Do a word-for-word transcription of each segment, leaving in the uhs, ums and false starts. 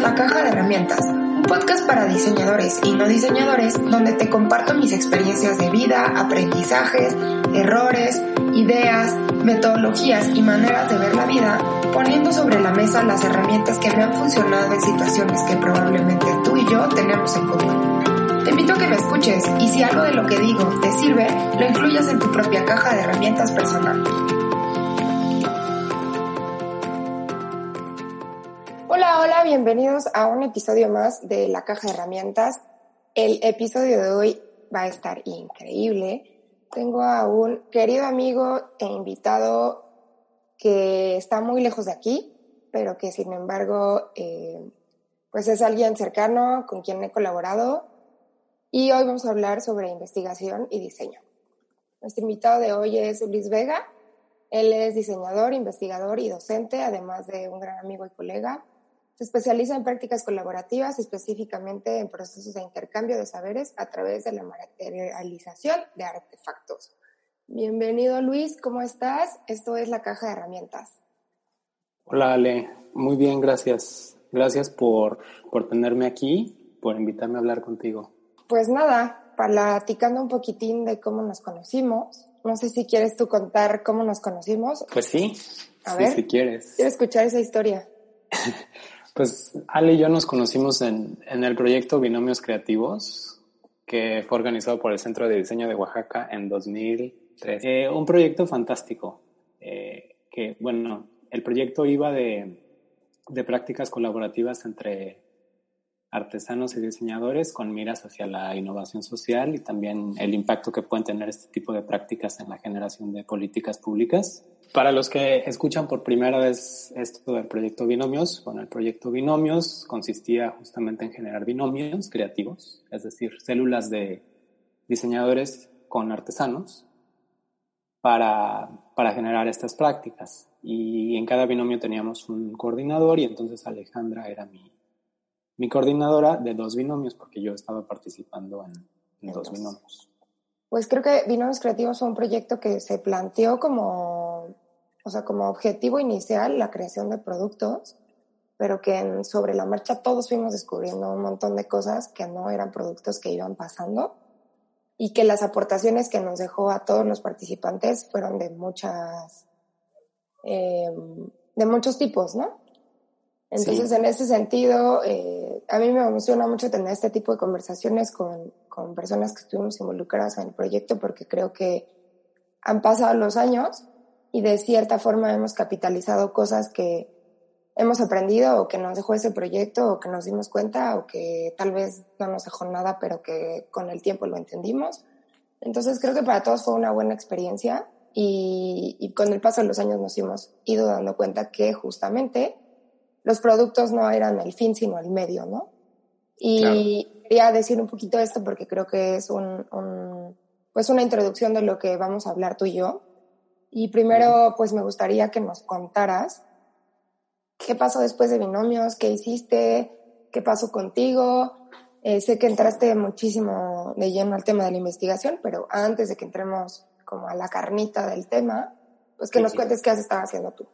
La Caja de Herramientas, un podcast para diseñadores y no diseñadores donde te comparto mis experiencias de vida, aprendizajes, errores, ideas, metodologías y maneras de ver la vida, poniendo sobre la mesa las herramientas que me han funcionado en situaciones que probablemente tú y yo tenemos en común. Te invito a que me escuches y si algo de lo que digo te sirve, lo incluyas en tu propia caja de herramientas personal. Hola, hola, bienvenidos a un episodio más de La Caja de Herramientas. El episodio de hoy va a estar increíble. Tengo a un querido amigo e invitado que está muy lejos de aquí, pero que sin embargo eh, pues es alguien cercano con quien he colaborado. Y hoy vamos a hablar sobre investigación y diseño. Nuestro invitado de hoy es Luis Vega. Él es diseñador, investigador y docente, además de un gran amigo y colega. Se especializa en prácticas colaborativas, específicamente en procesos de intercambio de saberes a través de la materialización de artefactos. Bienvenido, Luis, ¿cómo estás? Esto es La Caja de Herramientas. Hola, Ale. Muy bien, gracias. Gracias por, por tenerme aquí, por invitarme a hablar contigo. Pues nada, platicando un poquitín de cómo nos conocimos. No sé si quieres tú contar cómo nos conocimos. Pues sí, a sí, ver, si quieres. Quiero escuchar esa historia. Pues Ale y yo nos conocimos en, en el proyecto Binomios Creativos, que fue organizado por el Centro de Diseño de Oaxaca en dos mil tres. Eh, un proyecto fantástico, eh, que bueno, el proyecto iba de, de prácticas colaborativas entre artesanos y diseñadores con miras hacia la innovación social y también el impacto que pueden tener este tipo de prácticas en la generación de políticas públicas. Para los que escuchan por primera vez esto del proyecto Binomios, bueno, el proyecto Binomios consistía justamente en generar binomios creativos, es decir, células de diseñadores con artesanos para, para generar estas prácticas. Y en cada binomio teníamos un coordinador y entonces Alejandra era mi Mi coordinadora de dos binomios, porque yo estaba participando en, en dos binomios. Pues creo que Binomios Creativos fue un proyecto que se planteó como, o sea, como objetivo inicial la creación de productos, pero que en, sobre la marcha todos fuimos descubriendo un montón de cosas que no eran productos que iban pasando y que las aportaciones que nos dejó a todos los participantes fueron de muchas, eh, de muchos tipos, ¿no? Entonces, sí. En ese sentido, eh, a mí me emociona mucho tener este tipo de conversaciones con, con personas que estuvimos involucradas en el proyecto porque creo que han pasado los años y de cierta forma hemos capitalizado cosas que hemos aprendido o que nos dejó ese proyecto o que nos dimos cuenta o que tal vez no nos dejó nada, pero que con el tiempo lo entendimos. Entonces, creo que para todos fue una buena experiencia y, y con el paso de los años nos hemos ido dando cuenta que justamente los productos no eran el fin, sino el medio, ¿no? Y claro. Quería decir un poquito esto porque creo que es un, un, pues una introducción de lo que vamos a hablar tú y yo. Y primero, uh-huh. pues me gustaría que nos contaras qué pasó después de Binomios, qué hiciste, qué pasó contigo. Eh, sé que entraste muchísimo de lleno al tema de la investigación, pero antes de que entremos como a la carnita del tema, pues que sí. nos cuentes qué has estado haciendo tú.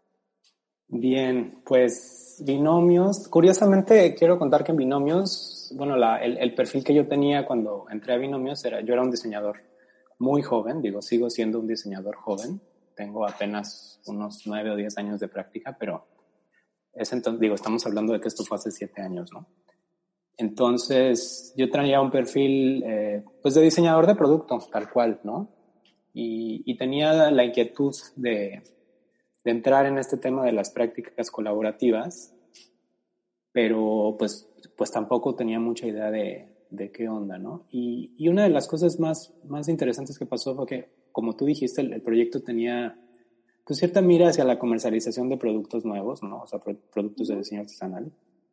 Bien, pues Binomios, curiosamente quiero contar que en Binomios, bueno, la, el, el perfil que yo tenía cuando entré a Binomios era, yo era un diseñador muy joven, digo, sigo siendo un diseñador joven, tengo apenas unos nueve o diez años de práctica, pero es entonces, digo, estamos hablando de que esto fue hace siete años, ¿no? Entonces, yo traía un perfil, eh, pues de diseñador de producto, tal cual, ¿no? Y, y tenía la inquietud de... de entrar en este tema de las prácticas colaborativas, pero pues, pues tampoco tenía mucha idea de, de qué onda, ¿no? Y, y una de las cosas más, más interesantes que pasó fue que, como tú dijiste, el, el proyecto tenía pues, cierta mira hacia la comercialización de productos nuevos, ¿no? O sea, pro, productos de diseño artesanal.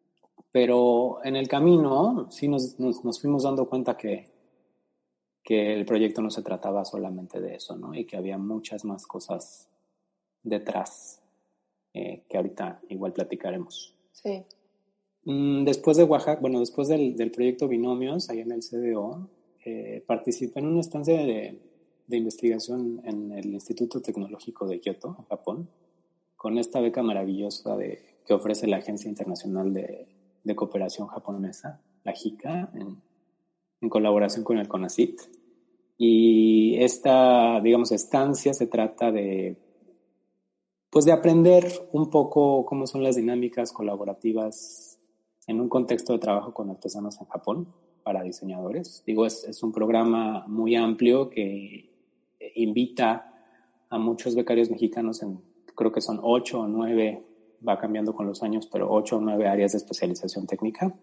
Pero en el camino sí nos, nos, nos fuimos dando cuenta que, que el proyecto no se trataba solamente de eso, ¿no? Y que había muchas más cosas detrás, eh, que ahorita igual platicaremos. Sí. Mm, después de Oaxaca, bueno, después del, del proyecto Binomios, ahí en el C D O, eh, participé en una estancia de, de investigación en el Instituto Tecnológico de Kioto, en Japón, con esta beca maravillosa de, que ofrece la Agencia Internacional de, de Cooperación Japonesa, la JICA, en, en colaboración con el CONACYT. Y esta, digamos, estancia se trata de, pues de aprender un poco cómo son las dinámicas colaborativas en un contexto de trabajo con artesanos en Japón para diseñadores. Digo, es, es un programa muy amplio que invita a muchos becarios mexicanos en, creo que son ocho o nueve, va cambiando con los años, pero ocho o nueve áreas de especialización técnica.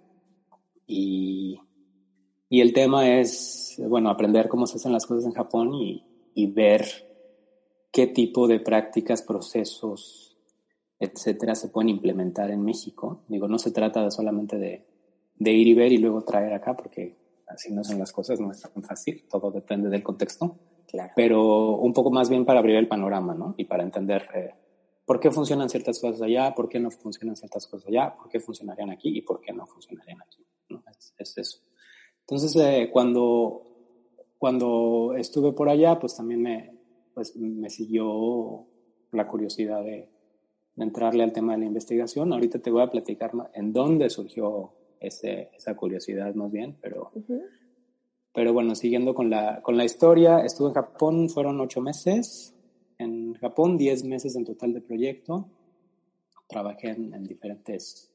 Y, y el tema es, bueno, aprender cómo se hacen las cosas en Japón y, y ver qué tipo de prácticas, procesos, etcétera, se pueden implementar en México. Digo, no se trata de solamente de, de ir y ver y luego traer acá, porque así no son las cosas, no es tan fácil, todo depende del contexto. Claro. Pero un poco más bien para abrir el panorama, ¿no? Y para entender eh, por qué funcionan ciertas cosas allá, por qué no funcionan ciertas cosas allá, por qué funcionarían aquí y por qué no funcionarían aquí, ¿no? Es, es eso. Entonces, eh, cuando, cuando estuve por allá, pues también me, pues, me siguió la curiosidad de, de entrarle al tema de la investigación. Ahorita te voy a platicar en dónde surgió ese, esa curiosidad más bien, pero... Uh-huh. Pero bueno, siguiendo con la, con la historia, estuve en Japón, fueron ocho meses. En Japón, diez meses en total de proyecto. Trabajé en, en, diferentes,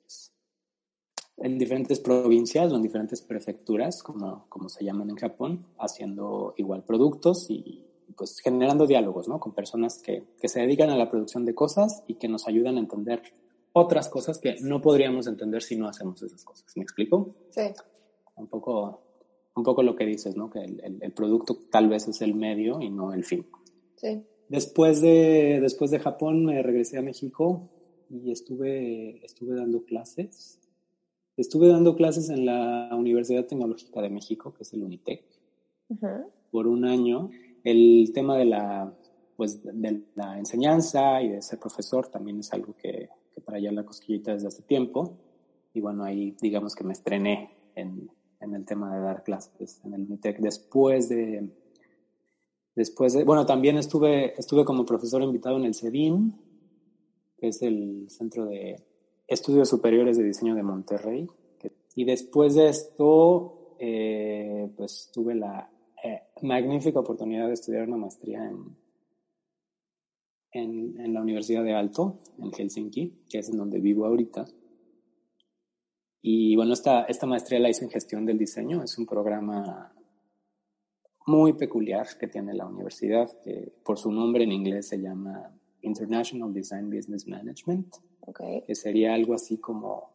en diferentes provincias o en diferentes prefecturas, como, como se llaman en Japón, haciendo igual productos y pues generando diálogos, ¿no? Con personas que, que se dedican a la producción de cosas y que nos ayudan a entender otras cosas que no podríamos entender si no hacemos esas cosas. ¿Me explico? Sí. Un poco... Un poco lo que dices, ¿no? Que el, el, el producto tal vez es el medio y no el fin. Sí. Después de, después de Japón me regresé a México y estuve, estuve dando clases. Estuve dando clases en la Universidad Tecnológica de México, que es el UNITEC, uh-huh. por un año. El tema de la, pues, de la enseñanza y de ser profesor también es algo que, que traía la cosquillita desde hace tiempo. Y bueno, ahí digamos que me estrené en... en el tema de dar clases en el UNITEC. Después de, después de, bueno, también estuve, estuve como profesor invitado en el CEDIM, que es el Centro de Estudios Superiores de Diseño de Monterrey. Y después de esto, eh, pues tuve la eh, magnífica oportunidad de estudiar una maestría en, en, en la Universidad de Aalto, en Helsinki, que es en donde vivo ahorita. Y bueno, esta, esta maestría la hice en gestión del diseño. Es un programa muy peculiar que tiene la universidad, que por su nombre en inglés se llama International Design Business Management, okay. que sería algo así como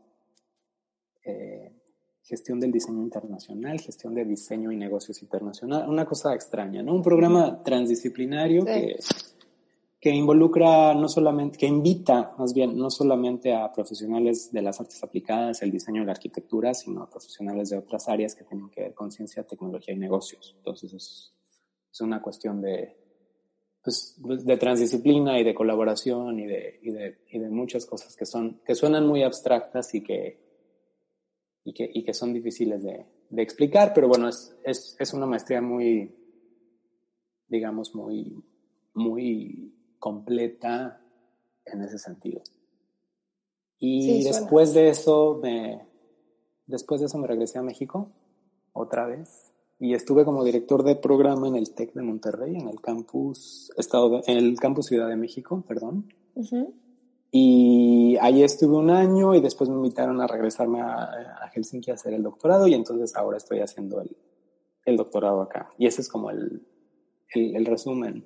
eh, gestión del diseño internacional, gestión de diseño y negocios internacional, una cosa extraña, ¿no? Un programa transdisciplinario sí. que... que involucra no solamente, que invita más bien no solamente a profesionales de las artes aplicadas, el diseño y la arquitectura, sino a profesionales de otras áreas que tienen que ver con ciencia, tecnología y negocios. Entonces es, es una cuestión de, pues, de transdisciplina y de colaboración y de, y de, y de muchas cosas que son, que suenan muy abstractas y que, y que, y que son difíciles de, de explicar, pero bueno, es, es, es una maestría muy, digamos, muy, muy completa en ese sentido. Y sí, después de eso me después de eso me regresé a México otra vez y estuve como director de programa en el TEC de Monterrey, en el campus Estado de, en el campus Ciudad de México, perdón. Uh-huh. Y ahí estuve un año y después me invitaron a regresarme a, a Helsinki a hacer el doctorado y entonces ahora estoy haciendo el, el doctorado acá. Y ese es como el, el, el resumen.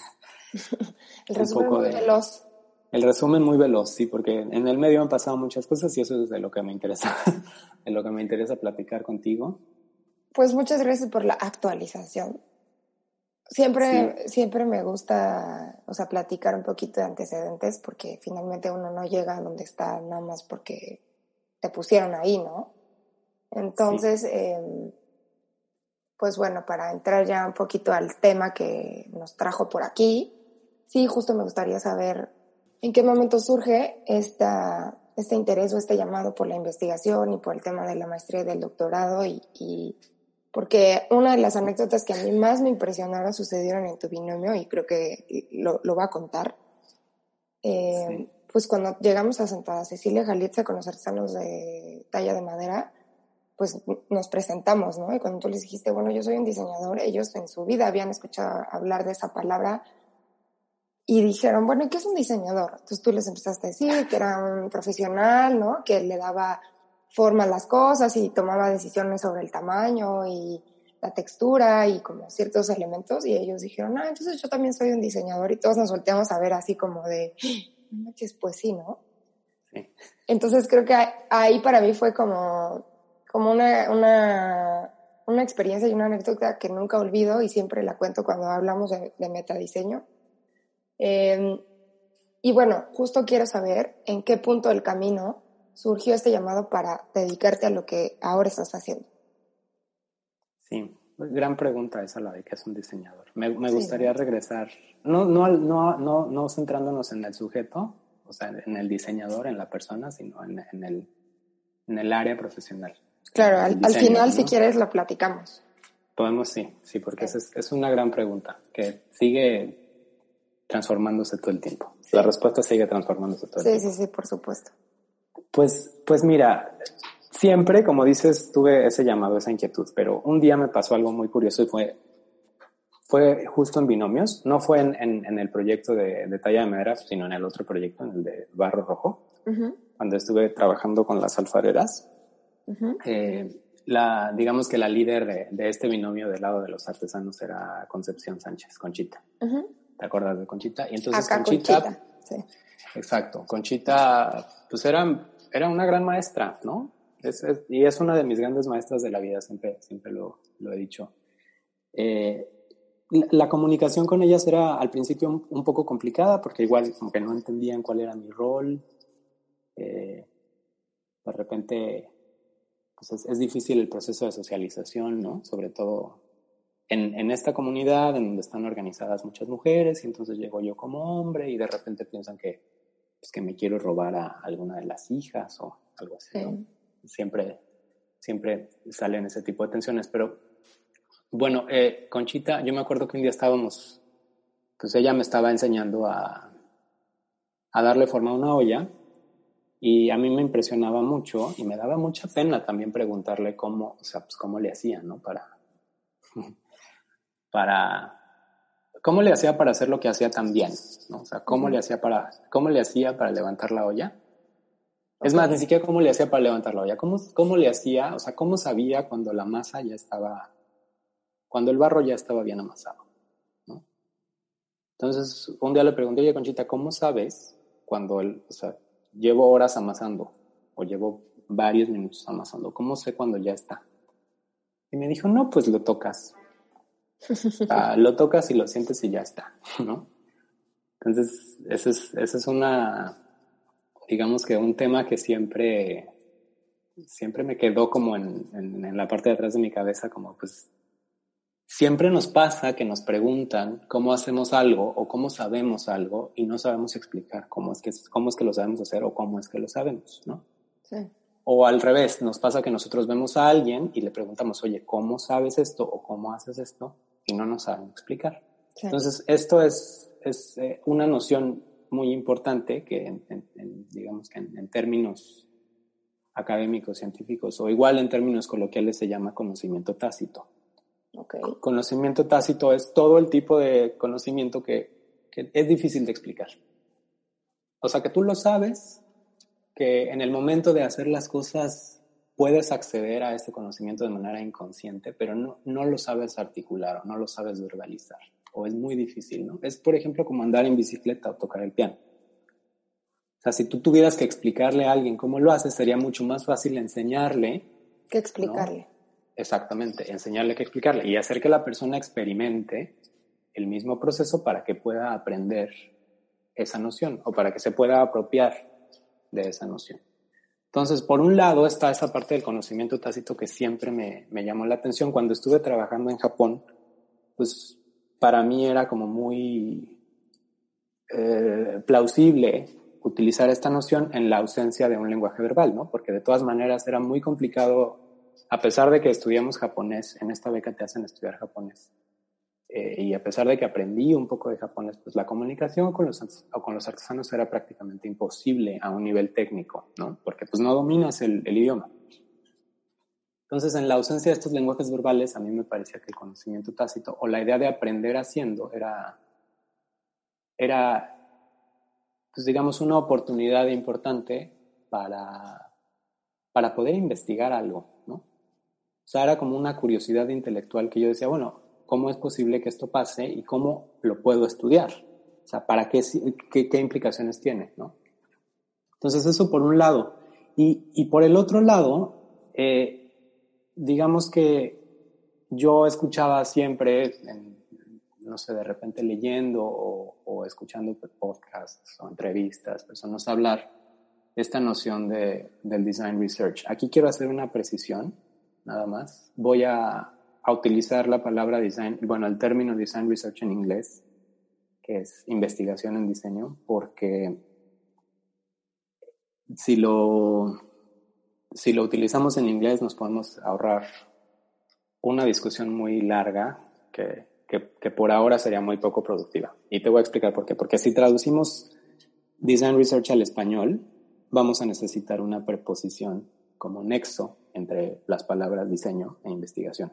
El resumen muy de, veloz. El resumen muy veloz, sí, porque en el medio han pasado muchas cosas y eso es de lo que me interesa, de lo que me interesa platicar contigo. Pues muchas gracias por la actualización. Siempre, sí. siempre me gusta, o sea, platicar un poquito de antecedentes porque finalmente uno no llega a donde está nada más porque te pusieron ahí, ¿no? Entonces, sí. eh, pues bueno, para entrar ya un poquito al tema que nos trajo por aquí, sí, justo me gustaría saber en qué momento surge esta, este interés o este llamado por la investigación y por el tema de la maestría y del doctorado y, y porque una de las anécdotas que a mí más me impresionaron sucedieron en tu binomio y creo que lo, lo voy a contar. Eh, sí. pues cuando llegamos a Santa Cecilia, Jalitza, con los artesanos de talla de madera, pues nos presentamos, ¿no? Y cuando tú les dijiste, bueno, yo soy un diseñador, ellos en su vida habían escuchado hablar de esa palabra y dijeron, bueno, ¿y qué es un diseñador? Entonces tú les empezaste a decir que era un profesional, ¿no? Que le daba forma a las cosas y tomaba decisiones sobre el tamaño y la textura y como ciertos elementos, y ellos dijeron, ah, entonces yo también soy un diseñador, y todos nos volteamos a ver así como de, no manches, pues sí, ¿no? Sí. Entonces creo que ahí para mí fue como, como una, una, una experiencia y una anécdota que nunca olvido y siempre la cuento cuando hablamos de, de metadiseño. Eh, y bueno, justo quiero saber en qué punto del camino surgió este llamado para dedicarte a lo que ahora estás haciendo. Sí, gran pregunta esa la de qué es un diseñador. Me, me Sí, gustaría ¿no? regresar, no, no, no, no, no centrándonos en el sujeto, o sea, en el diseñador, en la persona, sino en, en, el, en el área profesional. Claro, al, Diseño, al final, ¿no? si quieres, lo platicamos. Podemos, sí, sí, porque Sí. es, es una gran pregunta que sigue transformándose todo el tiempo. Sí. La respuesta sigue transformándose todo el Sí, tiempo. sí, sí, por supuesto. Pues, pues mira, siempre, como dices, tuve ese llamado, esa inquietud, pero un día me pasó algo muy curioso y fue, fue justo en Binomios, no fue en, en, en el proyecto de, de talla de madera, sino en el otro proyecto, en el de barro rojo, uh-huh. Cuando estuve trabajando con las alfareras. Uh-huh. Eh, la, digamos que la líder de, de este binomio del lado de los artesanos era Concepción Sánchez, Conchita. Uh-huh. ¿Te acuerdas de Conchita? Y entonces Acá Conchita, Conchita, sí. Exacto, Conchita, pues era, era una gran maestra, ¿no? Es, es, y es una de mis grandes maestras de la vida, siempre, siempre lo, lo he dicho. Eh, la, la comunicación con ellas era al principio un, un poco complicada porque igual como que no entendían cuál era mi rol. Eh, de repente, pues es, es difícil el proceso de socialización, ¿no? Sobre todo en, en esta comunidad en donde están organizadas muchas mujeres y entonces llego yo como hombre y de repente piensan que, pues, que me quiero robar a alguna de las hijas o algo así, ¿no? Sí. Siempre, siempre salen ese tipo de tensiones, pero bueno, eh, Conchita, yo me acuerdo que un día estábamos, pues ella me estaba enseñando a, a darle forma a una olla y a mí me impresionaba mucho y me daba mucha pena también preguntarle cómo, o sea, pues cómo le hacía, ¿no? Para, para, cómo le hacía para hacer lo que hacía tan bien, ¿no? O sea, cómo uh-huh. le hacía para, cómo le hacía para levantar la olla. Okay. Es más, ni siquiera cómo le hacía para levantar la olla, cómo, cómo le hacía, o sea, cómo sabía cuando la masa ya estaba, cuando el barro ya estaba bien amasado, ¿no? Entonces, un día le pregunté, oye, Conchita, ¿cómo sabes cuando el, o sea, llevo horas amasando o llevo varios minutos amasando? ¿Cómo sé cuando ya está? Y me dijo, no, pues lo tocas. O sea, lo tocas y lo sientes y ya está, ¿no? Entonces, ese es, ese es una, digamos que un tema que siempre, siempre me quedó como en, en, en la parte de atrás de mi cabeza, como pues, siempre nos pasa que nos preguntan cómo hacemos algo o cómo sabemos algo y no sabemos explicar cómo es que, cómo es que lo sabemos hacer o cómo es que lo sabemos, ¿no? Sí. O al revés, nos pasa que nosotros vemos a alguien y le preguntamos, oye, ¿cómo sabes esto o cómo haces esto? Y no nos saben explicar. Sí. Entonces, esto es, es eh, una noción muy importante que, en, en, en, digamos que en, en términos académicos, científicos, o igual en términos coloquiales se llama conocimiento tácito. Okay. Conocimiento tácito es todo el tipo de conocimiento que, que es difícil de explicar. O sea, que tú lo sabes, que en el momento de hacer las cosas puedes acceder a ese conocimiento de manera inconsciente, pero no, no lo sabes articular o no lo sabes verbalizar, o es muy difícil, ¿no? Es, por ejemplo, como andar en bicicleta o tocar el piano. O sea, si tú tuvieras que explicarle a alguien cómo lo haces, sería mucho más fácil enseñarle que explicarle. ¿no? Exactamente, enseñarle que explicarle y hacer que la persona experimente el mismo proceso para que pueda aprender esa noción o para que se pueda apropiar de esa noción. Entonces, por un lado está esa parte del conocimiento tácito que siempre me, me llamó la atención. Cuando estuve trabajando en Japón, pues para mí era como muy eh, plausible utilizar esta noción en la ausencia de un lenguaje verbal, ¿no? Porque de todas maneras era muy complicado, a pesar de que estudiamos japonés, en esta beca te hacen estudiar japonés. eh, y a pesar de que aprendí un poco de japonés, pues la comunicación con los, o con los artesanos era prácticamente imposible a un nivel técnico, ¿no? Porque pues no dominas el, el idioma. Entonces, en la ausencia de estos lenguajes verbales, a mí me parecía que el conocimiento tácito o la idea de aprender haciendo era, era pues digamos, una oportunidad importante para, para poder investigar algo, ¿no? O sea, era como una curiosidad intelectual que yo decía, bueno, ¿cómo es posible que esto pase y cómo lo puedo estudiar? O sea, ¿para qué, qué, qué implicaciones tiene, ¿no? Entonces, eso por un lado. Y, y por el otro lado, eh, digamos que yo escuchaba siempre, en, no sé, de repente leyendo o, o escuchando podcasts o entrevistas, personas hablar esta noción de, del design research. Aquí quiero hacer una precisión, nada más. Voy a, a utilizar la palabra design, bueno, el término design research en inglés, que es investigación en diseño, porque si lo, si lo utilizamos en inglés nos podemos ahorrar una discusión muy larga que, que, que por ahora sería muy poco productiva. Y te voy a explicar por qué. Porque si traducimos design research al español, vamos a necesitar una preposición como nexo entre las palabras diseño e investigación.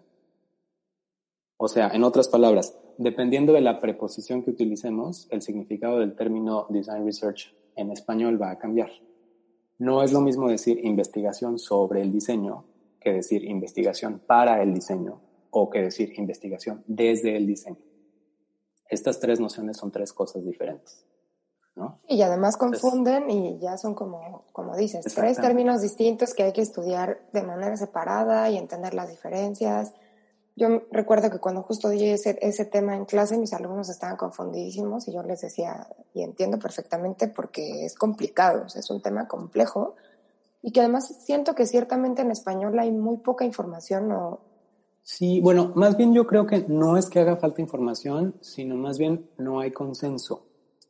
O sea, en otras palabras, dependiendo de la preposición que utilicemos, el significado del término design research en español va a cambiar. No es lo mismo decir investigación sobre el diseño que decir investigación para el diseño o que decir investigación desde el diseño. Estas tres nociones son tres cosas diferentes, ¿no? Y además confunden y ya son como, como dices, tres términos distintos que hay que estudiar de manera separada y entender las diferencias. Yo recuerdo que cuando justo di ese, ese tema en clase, mis alumnos estaban confundidísimos y yo les decía, y entiendo perfectamente porque es complicado, o sea, es un tema complejo y que además siento que ciertamente en español hay muy poca información o... Sí, bueno, más bien yo creo que no es que haga falta información, sino más bien no hay consenso.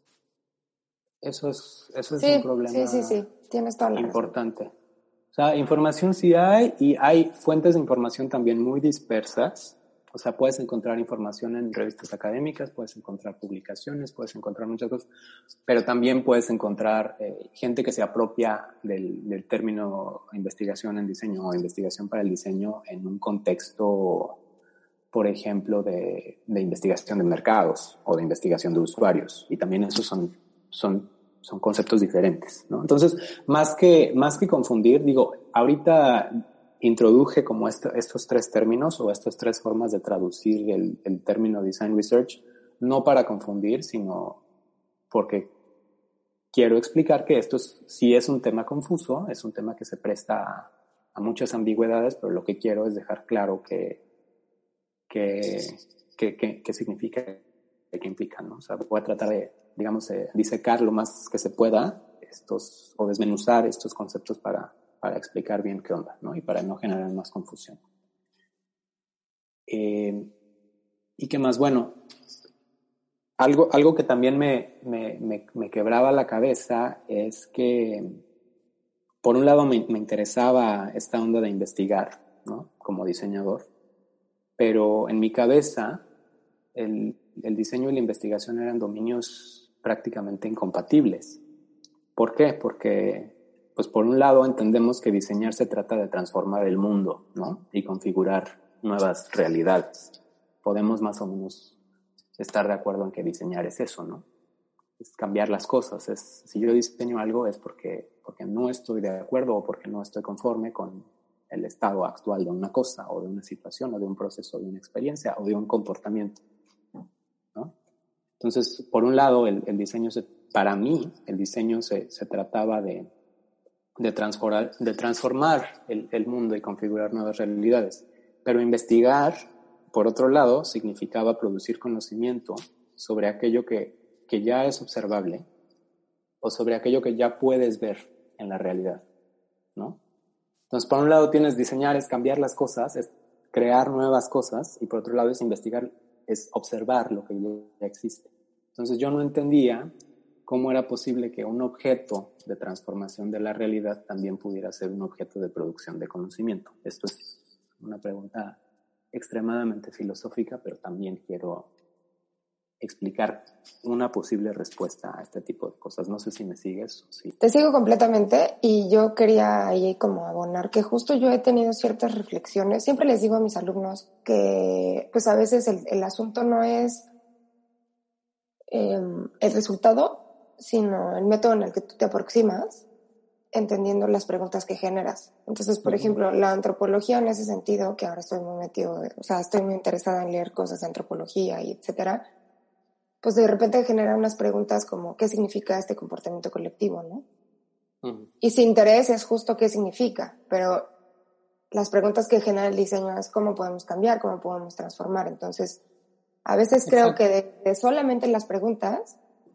Eso es, eso es sí, un problema sí, sí, sí, tienes toda la importante. razón. O sea, información sí hay y hay fuentes de información también muy dispersas. O sea, puedes encontrar información en revistas académicas, puedes encontrar publicaciones, puedes encontrar muchas cosas, pero también puedes encontrar eh, gente que se apropia del, del término investigación en diseño o investigación para el diseño en un contexto, por ejemplo, de, de investigación de mercados o de investigación de usuarios. Y también esos son, son, son conceptos diferentes, ¿no? Entonces, más que, más que confundir, digo, ahorita introduje como esto, estos tres términos o estas tres formas de traducir el, el término design research, no para confundir, sino porque quiero explicar que esto es, sí es un tema confuso, es un tema que se presta a, a muchas ambigüedades, pero lo que quiero es dejar claro que qué que, que, que significa, qué implica, ¿no? O sea, voy a tratar de, digamos, de disecar lo más que se pueda estos, o desmenuzar estos conceptos para, para explicar bien qué onda, ¿no? Y para no generar más confusión. Eh, ¿Y qué más? Bueno, algo, algo que también me, me, me, me quebraba la cabeza es que, por un lado, me, me interesaba esta onda de investigar, ¿no? Como diseñador, pero en mi cabeza el, el diseño y la investigación eran dominios prácticamente incompatibles. ¿Por qué? Porque, pues por un lado entendemos que diseñar se trata de transformar el mundo, ¿no? Y configurar nuevas realidades. Podemos más o menos estar de acuerdo en que diseñar es eso, ¿no? Es cambiar las cosas. Es, si yo diseño algo es porque, porque no estoy de acuerdo o porque no estoy conforme con el estado actual de una cosa o de una situación o de un proceso, de una experiencia o de un comportamiento, ¿no? Entonces, por un lado, el, el diseño, se, para mí, el diseño se, se trataba de, de transformar, de transformar el, el mundo y configurar nuevas realidades. Pero investigar, por otro lado, significaba producir conocimiento sobre aquello que, que ya es observable o sobre aquello que ya puedes ver en la realidad, ¿no? Entonces, por un lado tienes diseñar, es cambiar las cosas, es crear nuevas cosas, y por otro lado es investigar, es observar lo que ya existe. Entonces, yo no entendía cómo era posible que un objeto de transformación de la realidad también pudiera ser un objeto de producción de conocimiento. Esto es una pregunta extremadamente filosófica, pero también quiero explicar una posible respuesta a este tipo de cosas. No sé si me sigues o sí. Te sigo completamente y yo quería ahí como abonar que justo yo he tenido ciertas reflexiones. Siempre les digo a mis alumnos que pues a veces el, el asunto no es eh, el resultado, sino el método en el que tú te aproximas, entendiendo las preguntas que generas. Entonces, por uh-huh. ejemplo, la antropología en ese sentido, que ahora estoy muy metido, o sea, estoy muy interesada en leer cosas de antropología y etcétera, pues de repente genera unas preguntas como ¿qué significa este comportamiento colectivo, no? Uh-huh. Y si interés es justo qué significa, pero las preguntas que genera el diseño es cómo podemos cambiar, cómo podemos transformar. Entonces, a veces creo Exacto. que de, de solamente las preguntas,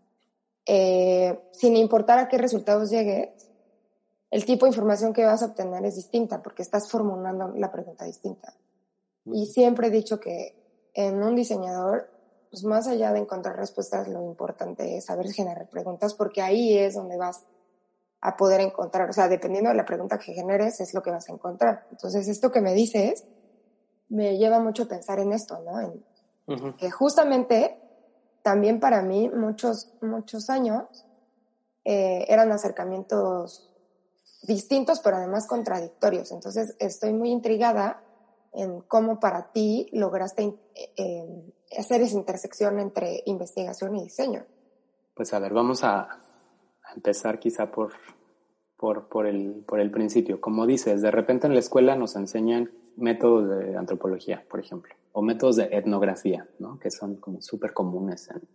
eh, sin importar a qué resultados llegues, el tipo de información que vas a obtener es distinta porque estás formulando la pregunta distinta. Uh-huh. Y siempre he dicho que en un diseñador, pues más allá de encontrar respuestas, lo importante es saber generar preguntas porque ahí es donde vas a poder encontrar, o sea, dependiendo de la pregunta que generes, es lo que vas a encontrar. Entonces, esto que me dices me lleva mucho a pensar en esto, ¿no? En uh-huh. que justamente también para mí muchos, muchos años eh, eran acercamientos distintos, pero además contradictorios. Entonces, estoy muy intrigada en cómo para ti lograste eh, hacer esa intersección entre investigación y diseño. Pues a ver, vamos a, a empezar quizá por, por, por, el, por el principio. Como dices, de repente en la escuela nos enseñan métodos de antropología, por ejemplo, o métodos de etnografía, ¿no? Que son como súper comunes en,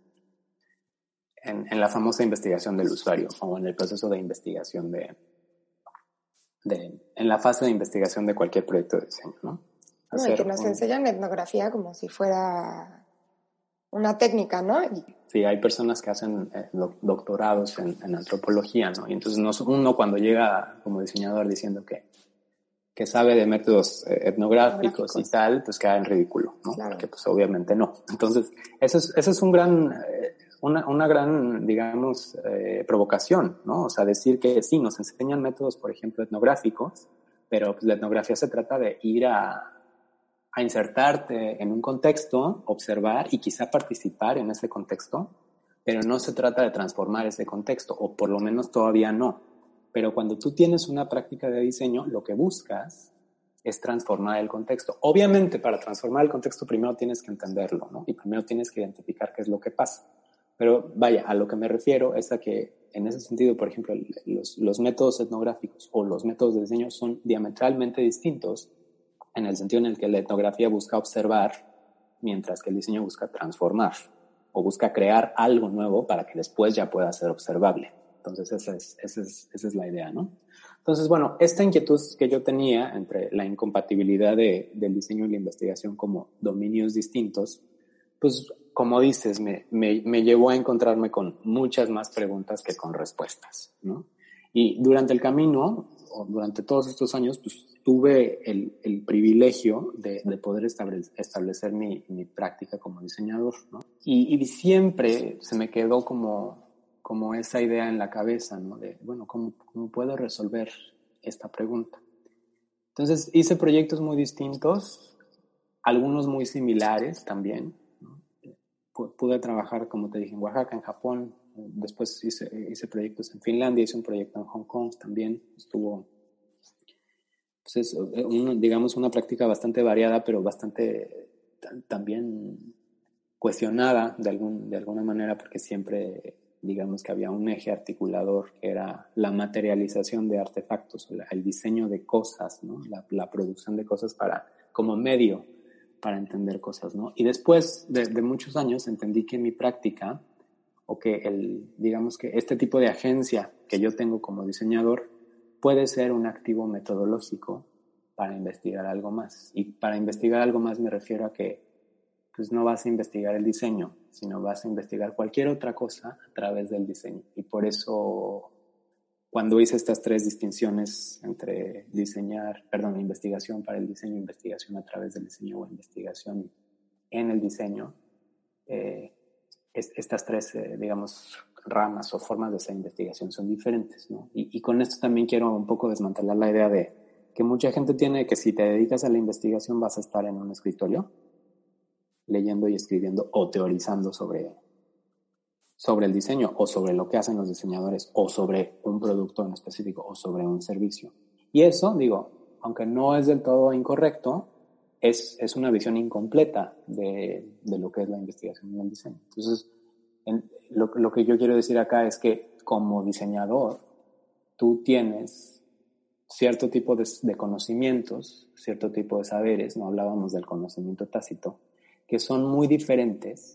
en, en la famosa investigación del usuario o en el proceso de investigación de, de en la fase de investigación de cualquier proyecto de diseño, ¿no? No, y que nos un... enseñan etnografía como si fuera una técnica, ¿no? Sí, hay personas que hacen eh, doctorados en, en antropología, ¿no? Y entonces no, uno cuando llega como diseñador diciendo que, que sabe de métodos eh, etnográficos, etnográficos y tal, pues queda en ridículo, ¿no? Claro. Porque pues obviamente no. Entonces, eso es, eso es un gran, eh, una, una gran, digamos, eh, provocación, ¿no? O sea, decir que sí, nos enseñan métodos, por ejemplo, etnográficos, pero pues la etnografía se trata de ir a a insertarte en un contexto, observar y quizá participar en ese contexto, pero no se trata de transformar ese contexto, o por lo menos todavía no. Pero cuando tú tienes una práctica de diseño, lo que buscas es transformar el contexto. Obviamente, para transformar el contexto primero tienes que entenderlo, ¿no? Y primero tienes que identificar qué es lo que pasa. Pero vaya, a lo que me refiero es a que en ese sentido, por ejemplo, los, los métodos etnográficos o los métodos de diseño son diametralmente distintos en el sentido en el que la etnografía busca observar, mientras que el diseño busca transformar o busca crear algo nuevo para que después ya pueda ser observable. Entonces, esa es, esa es, esa es la idea, ¿no? Entonces, bueno, esta inquietud que yo tenía entre la incompatibilidad de, del diseño y la investigación como dominios distintos, pues, como dices, me, me, me llevó a encontrarme con muchas más preguntas que con respuestas, ¿no? Y durante el camino, o durante todos estos años, pues, tuve el, el privilegio de, de poder establecer, establecer mi, mi práctica como diseñador, ¿no? Y, y siempre se me quedó como, como esa idea en la cabeza, ¿no? De, bueno, ¿cómo, cómo puedo resolver esta pregunta? Entonces hice proyectos muy distintos, algunos muy similares también, ¿no? Pude trabajar, como te dije, en Oaxaca, en Japón. Después hice, hice proyectos en Finlandia, hice un proyecto en Hong Kong también. Estuvo... Pues es, un, digamos, una práctica bastante variada, pero bastante t- también cuestionada de, algún, de alguna manera, porque siempre, digamos, que había un eje articulador que era la materialización de artefactos, o la, el diseño de cosas, ¿no? La, la producción de cosas para, como medio para entender cosas, ¿no? Y después de, de muchos años entendí que mi práctica, o que el, digamos que este tipo de agencia que yo tengo como diseñador, puede ser un activo metodológico para investigar algo más. Y para investigar algo más me refiero a que pues, no vas a investigar el diseño, sino vas a investigar cualquier otra cosa a través del diseño. Y por eso, cuando hice estas tres distinciones entre diseñar, perdón, investigación para el diseño, investigación a través del diseño o investigación en el diseño, eh, es, estas tres, eh, digamos, ramas o formas de hacer investigación son diferentes, ¿no? Y, y con esto también quiero un poco desmantelar la idea de que mucha gente tiene que si te dedicas a la investigación vas a estar en un escritorio leyendo y escribiendo o teorizando sobre, sobre el diseño o sobre lo que hacen los diseñadores o sobre un producto en específico o sobre un servicio. Y eso, digo, aunque no es del todo incorrecto, es, es una visión incompleta de, de lo que es la investigación en el diseño. Entonces, en, lo, lo que yo quiero decir acá es que como diseñador, tú tienes cierto tipo de, de conocimientos, cierto tipo de saberes, no hablábamos del conocimiento tácito, que son muy diferentes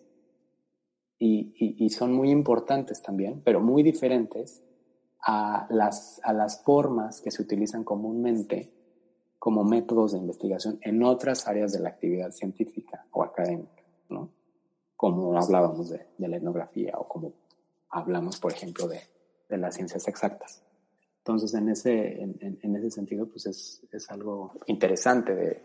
y, y, y son muy importantes también, pero muy diferentes a las, a las formas que se utilizan comúnmente como métodos de investigación en otras áreas de la actividad científica o académica, ¿no? Como hablábamos de, de la etnografía o como hablamos, por ejemplo, de, de las ciencias exactas. Entonces, en ese, en, en ese sentido, pues es, es algo interesante de,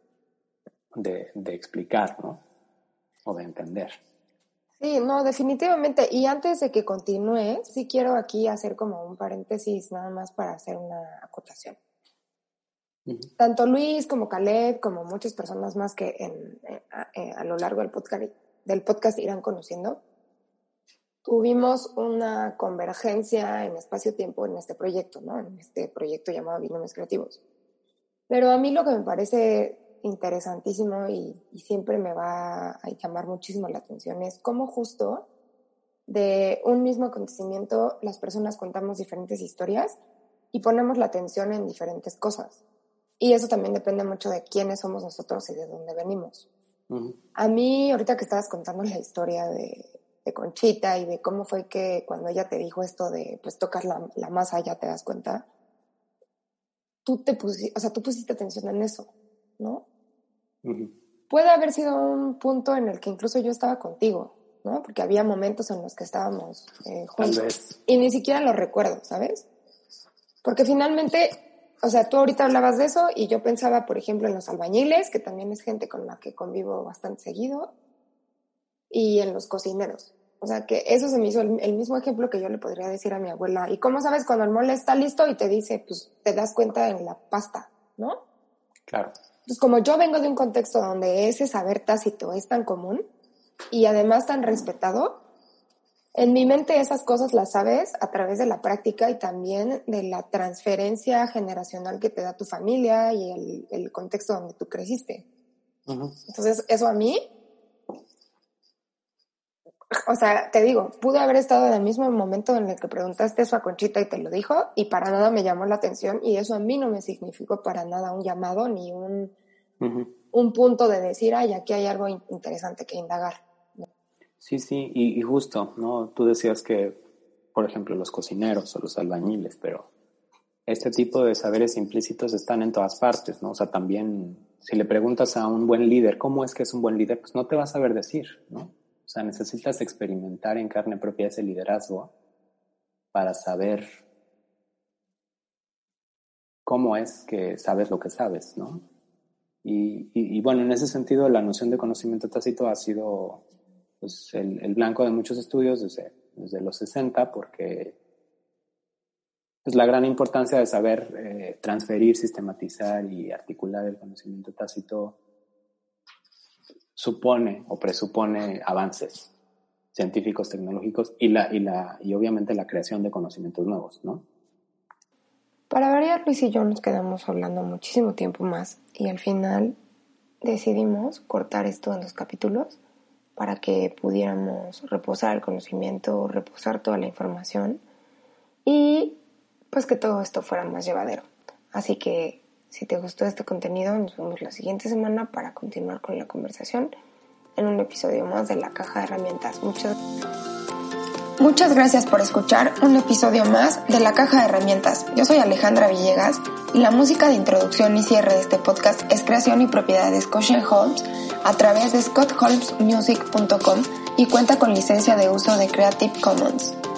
de, de explicar, ¿no? O de entender. Sí, no, definitivamente. Y antes de que continúe, sí quiero aquí hacer como un paréntesis nada más para hacer una acotación. Uh-huh. Tanto Luis como Caleb, como muchas personas más que en, en, a, a lo largo del podcast, del podcast irán conociendo, tuvimos una convergencia en espacio-tiempo en este proyecto, ¿no? En este proyecto llamado Binomios Creativos. Pero a mí lo que me parece interesantísimo y, y siempre me va a llamar muchísimo la atención es cómo justo de un mismo acontecimiento las personas contamos diferentes historias y ponemos la atención en diferentes cosas. Y eso también depende mucho de quiénes somos nosotros y de dónde venimos. Uh-huh. A mí, ahorita que estabas contando la historia de, de Conchita y de cómo fue que cuando ella te dijo esto de pues tocas la, la masa ya te das cuenta, tú te pusiste, o sea, tú pusiste atención en eso, ¿no? Uh-huh. Puede haber sido un punto en el que incluso yo estaba contigo, ¿no? Porque había momentos en los que estábamos eh, juntos y ni siquiera lo recuerdo, ¿sabes? Porque finalmente, o sea, tú ahorita hablabas de eso y yo pensaba, por ejemplo, en los albañiles, que también es gente con la que convivo bastante seguido, y en los cocineros. O sea, que eso se me hizo el, el mismo ejemplo que yo le podría decir a mi abuela. ¿Y cómo sabes cuando el mole está listo? Y te dice, pues te das cuenta en la pasta, ¿no? Claro. Pues como yo vengo de un contexto donde ese saber tácito es tan común y además tan respetado, en mi mente esas cosas las sabes a través de la práctica y también de la transferencia generacional que te da tu familia y el, el contexto donde tú creciste. Uh-huh. Entonces, eso a mí, o sea, te digo, pude haber estado en el mismo momento en el que preguntaste eso a Conchita y te lo dijo y para nada me llamó la atención y eso a mí no me significó para nada un llamado ni un, uh-huh. un punto de decir, ay, aquí hay algo interesante que indagar. Sí, sí, y, y justo, ¿no? Tú decías que, por ejemplo, los cocineros o los albañiles, pero este tipo de saberes implícitos están en todas partes, ¿no? O sea, también, si le preguntas a un buen líder, ¿cómo es que es un buen líder? Pues no te va a saber decir, ¿no? O sea, necesitas experimentar en carne propia ese liderazgo para saber cómo es que sabes lo que sabes, ¿no? Y, y, y bueno, en ese sentido, la noción de conocimiento tácito ha sido pues, el, el blanco de muchos estudios desde, desde los sesenta, porque pues, la gran importancia de saber eh, transferir, sistematizar y articular el conocimiento tácito supone o presupone avances científicos, tecnológicos y, la, y, la, y obviamente la creación de conocimientos nuevos, ¿no? Para variar, Luis y yo nos quedamos hablando muchísimo tiempo más y al final decidimos cortar esto en dos capítulos para que pudiéramos reposar el conocimiento, reposar toda la información y pues que todo esto fuera más llevadero. Así que si te gustó este contenido, nos vemos la siguiente semana para continuar con la conversación en un episodio más de La Caja de Herramientas. Muchas, Muchas gracias por escuchar un episodio más de La Caja de Herramientas. Yo soy Alejandra Villegas y la música de introducción y cierre de este podcast es creación y propiedad de Scotian Holmes a través de scott holmes music punto com y cuenta con licencia de uso de Creative Commons.